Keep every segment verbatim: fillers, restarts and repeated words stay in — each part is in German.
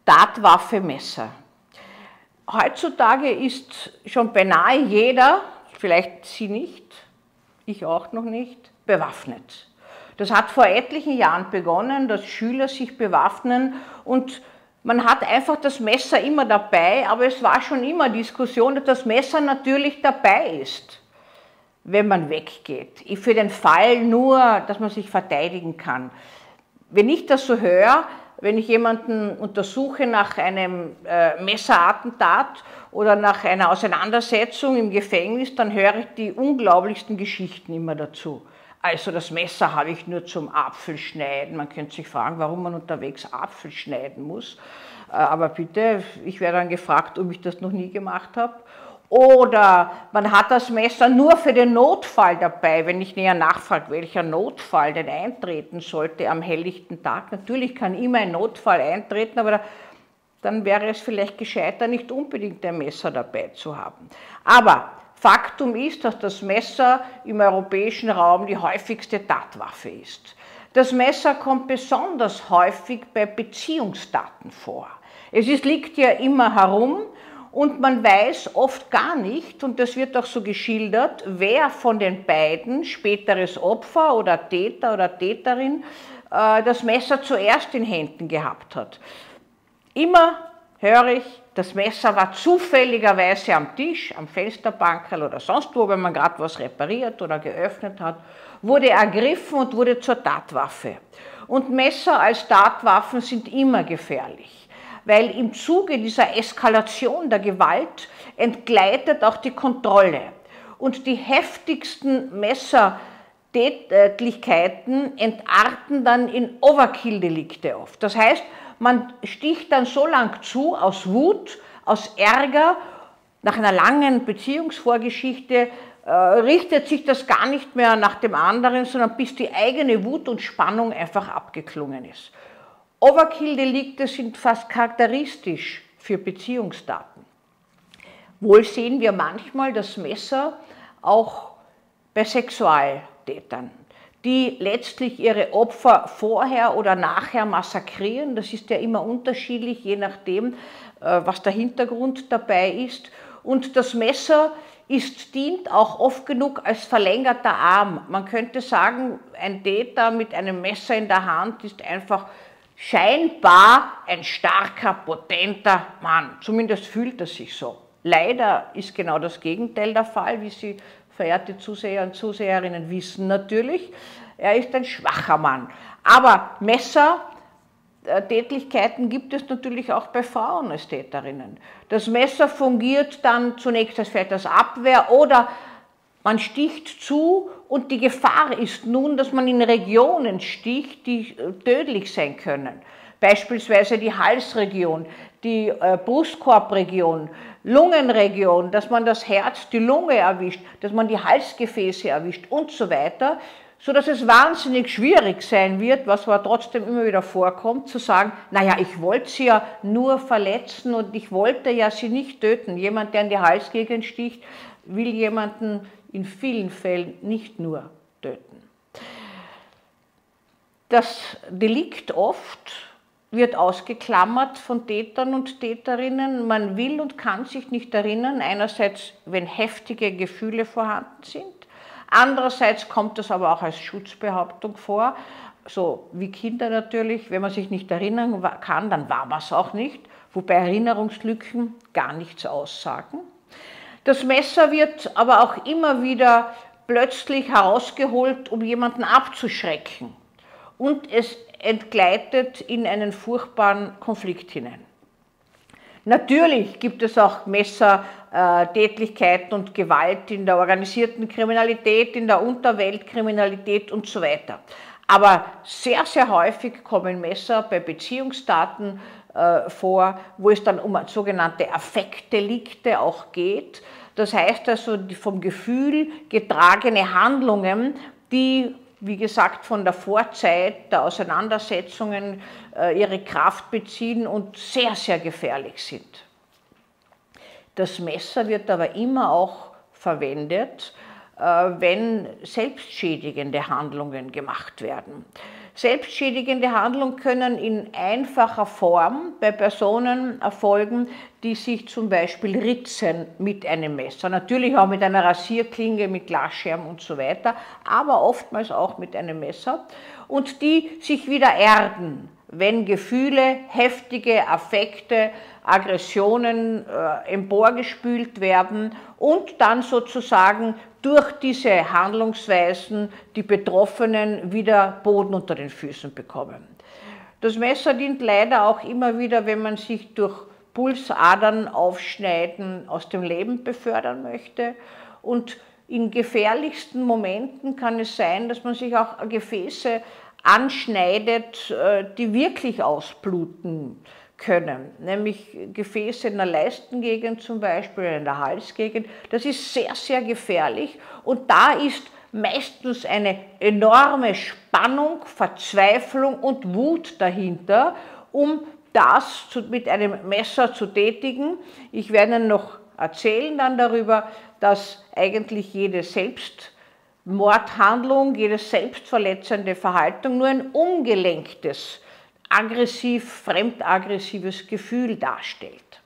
Tatwaffe Messer. Heutzutage ist schon beinahe jeder, vielleicht Sie nicht, ich auch noch nicht, bewaffnet. Das hat vor etlichen Jahren begonnen, dass Schüler sich bewaffnen und man hat einfach das Messer immer dabei, aber es war schon immer Diskussion, dass das Messer natürlich dabei ist, wenn man weggeht. Für den Fall nur, dass man sich verteidigen kann. Wenn ich das so höre, wenn ich jemanden untersuche nach einem äh, Messerattentat oder nach einer Auseinandersetzung im Gefängnis, dann höre ich die unglaublichsten Geschichten immer dazu. Also das Messer habe ich nur zum Apfelschneiden. Man könnte sich fragen, warum man unterwegs Apfel schneiden muss. Äh, aber bitte, ich werde dann gefragt, ob ich das noch nie gemacht habe. Oder man hat das Messer nur für den Notfall dabei, wenn ich näher nachfrage, welcher Notfall denn eintreten sollte am helllichten Tag. Natürlich kann immer ein Notfall eintreten, aber da, dann wäre es vielleicht gescheiter, nicht unbedingt ein Messer dabei zu haben. Aber Faktum ist, dass das Messer im europäischen Raum die häufigste Tatwaffe ist. Das Messer kommt besonders häufig bei Beziehungsdaten vor. Es ist, liegt ja immer herum. Und man weiß oft gar nicht, und das wird auch so geschildert, wer von den beiden, späteres Opfer oder Täter oder Täterin, das Messer zuerst in Händen gehabt hat. Immer höre ich, das Messer war zufälligerweise am Tisch, am Fensterbankerl oder sonst wo, wenn man gerade was repariert oder geöffnet hat, wurde ergriffen und wurde zur Tatwaffe. Und Messer als Tatwaffen sind immer gefährlich. Weil im Zuge dieser Eskalation der Gewalt entgleitet auch die Kontrolle. Und die heftigsten Messertätlichkeiten entarten dann in Overkill-Delikte oft. Das heißt, man sticht dann so lang zu, aus Wut, aus Ärger, nach einer langen Beziehungsvorgeschichte, äh, richtet sich das gar nicht mehr nach dem anderen, sondern bis die eigene Wut und Spannung einfach abgeklungen ist. Overkill-Delikte sind fast charakteristisch für Beziehungsdaten. Wohl sehen wir manchmal das Messer auch bei Sexualtätern, die letztlich ihre Opfer vorher oder nachher massakrieren. Das ist ja immer unterschiedlich, je nachdem, was der Hintergrund dabei ist. Und das Messer ist, dient auch oft genug als verlängerter Arm. Man könnte sagen, ein Täter mit einem Messer in der Hand ist einfach scheinbar ein starker, potenter Mann. Zumindest fühlt er sich so. Leider ist genau das Gegenteil der Fall, wie Sie, verehrte Zuseher und Zuseherinnen, wissen natürlich. Er ist ein schwacher Mann. Aber Messertätlichkeiten gibt es natürlich auch bei Frauen als Täterinnen. Das Messer fungiert dann zunächst als vielleicht als Abwehr oder man sticht zu und die Gefahr ist nun, dass man in Regionen sticht, die tödlich sein können. Beispielsweise die Halsregion, die Brustkorbregion, Lungenregion, dass man das Herz, die Lunge erwischt, dass man die Halsgefäße erwischt und so weiter, sodass es wahnsinnig schwierig sein wird, was aber trotzdem immer wieder vorkommt, zu sagen, naja, ich wollte sie ja nur verletzen und ich wollte ja sie nicht töten. Jemand, der in die Halsgegend sticht, will jemanden in vielen Fällen nicht nur töten. Das Delikt oft wird ausgeklammert von Tätern und Täterinnen. Man will und kann sich nicht erinnern, einerseits, wenn heftige Gefühle vorhanden sind, andererseits kommt es aber auch als Schutzbehauptung vor, so wie Kinder natürlich, wenn man sich nicht erinnern kann, dann war man es auch nicht, wobei Erinnerungslücken gar nichts aussagen. Das Messer wird aber auch immer wieder plötzlich herausgeholt, um jemanden abzuschrecken. Und es entgleitet in einen furchtbaren Konflikt hinein. Natürlich gibt es auch Messertätlichkeiten und Gewalt in der organisierten Kriminalität, in der Unterweltkriminalität und so weiter. Aber sehr, sehr häufig kommen Messer bei Beziehungsdaten äh, vor, wo es dann um sogenannte Affektdelikte auch geht. Das heißt also, die vom Gefühl getragene Handlungen, die, wie gesagt, von der Vorzeit der Auseinandersetzungen äh, ihre Kraft beziehen und sehr, sehr gefährlich sind. Das Messer wird aber immer auch verwendet, äh, wenn selbstschädigende Handlungen gemacht werden. Selbstschädigende Handlungen können in einfacher Form bei Personen erfolgen, die sich zum Beispiel ritzen mit einem Messer. Natürlich auch mit einer Rasierklinge, mit Glasscherben und so weiter, aber oftmals auch mit einem Messer. Und die sich wieder erden, wenn Gefühle, heftige Affekte, Aggressionen äh, emporgespült werden und dann sozusagen durch diese Handlungsweisen die Betroffenen wieder Boden unter den Füßen bekommen. Das Messer dient leider auch immer wieder, wenn man sich durch Pulsadern aufschneiden aus dem Leben befördern möchte. Und in gefährlichsten Momenten kann es sein, dass man sich auch Gefäße anschneidet, die wirklich ausbluten können, nämlich Gefäße in der Leistengegend zum Beispiel, in der Halsgegend. Das ist sehr, sehr gefährlich und da ist meistens eine enorme Spannung, Verzweiflung und Wut dahinter, um das mit einem Messer zu tätigen. Ich werde Ihnen noch erzählen dann darüber, dass eigentlich jede Selbstmordhandlung, jede selbstverletzende Verhaltung nur ein ungelenktes, aggressiv, fremdaggressives Gefühl darstellt.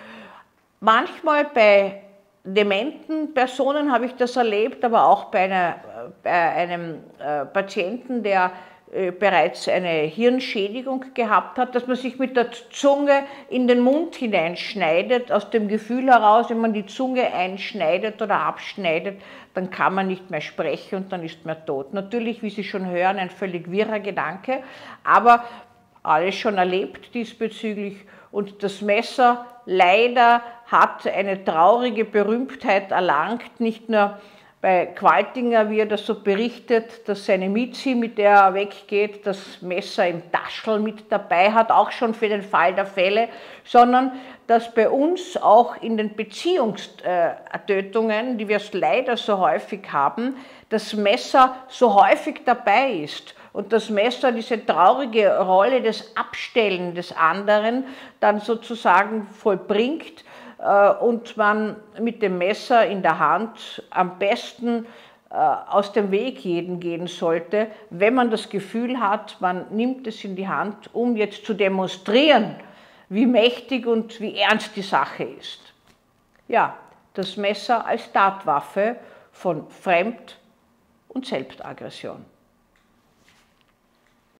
Manchmal bei dementen Personen habe ich das erlebt, aber auch bei, einer, bei einem äh, Patienten, der äh, bereits eine Hirnschädigung gehabt hat, dass man sich mit der Zunge in den Mund hineinschneidet, aus dem Gefühl heraus, wenn man die Zunge einschneidet oder abschneidet, dann kann man nicht mehr sprechen und dann ist man tot. Natürlich, wie Sie schon hören, ein völlig wirrer Gedanke, aber alles schon erlebt diesbezüglich und das Messer leider hat eine traurige Berühmtheit erlangt, nicht nur bei Qualtinger, wie er das so berichtet, dass seine Mizi, mit der er weggeht, das Messer im Taschel mit dabei hat, auch schon für den Fall der Fälle, sondern dass bei uns auch in den Beziehungstötungen, die wir leider so häufig haben, das Messer so häufig dabei ist. Und das Messer diese traurige Rolle des Abstellen des anderen dann sozusagen vollbringt äh, und man mit dem Messer in der Hand am besten äh, aus dem Weg jeden gehen sollte, wenn man das Gefühl hat, man nimmt es in die Hand, um jetzt zu demonstrieren, wie mächtig und wie ernst die Sache ist. Ja, das Messer als Tatwaffe von Fremd- und Selbstaggression.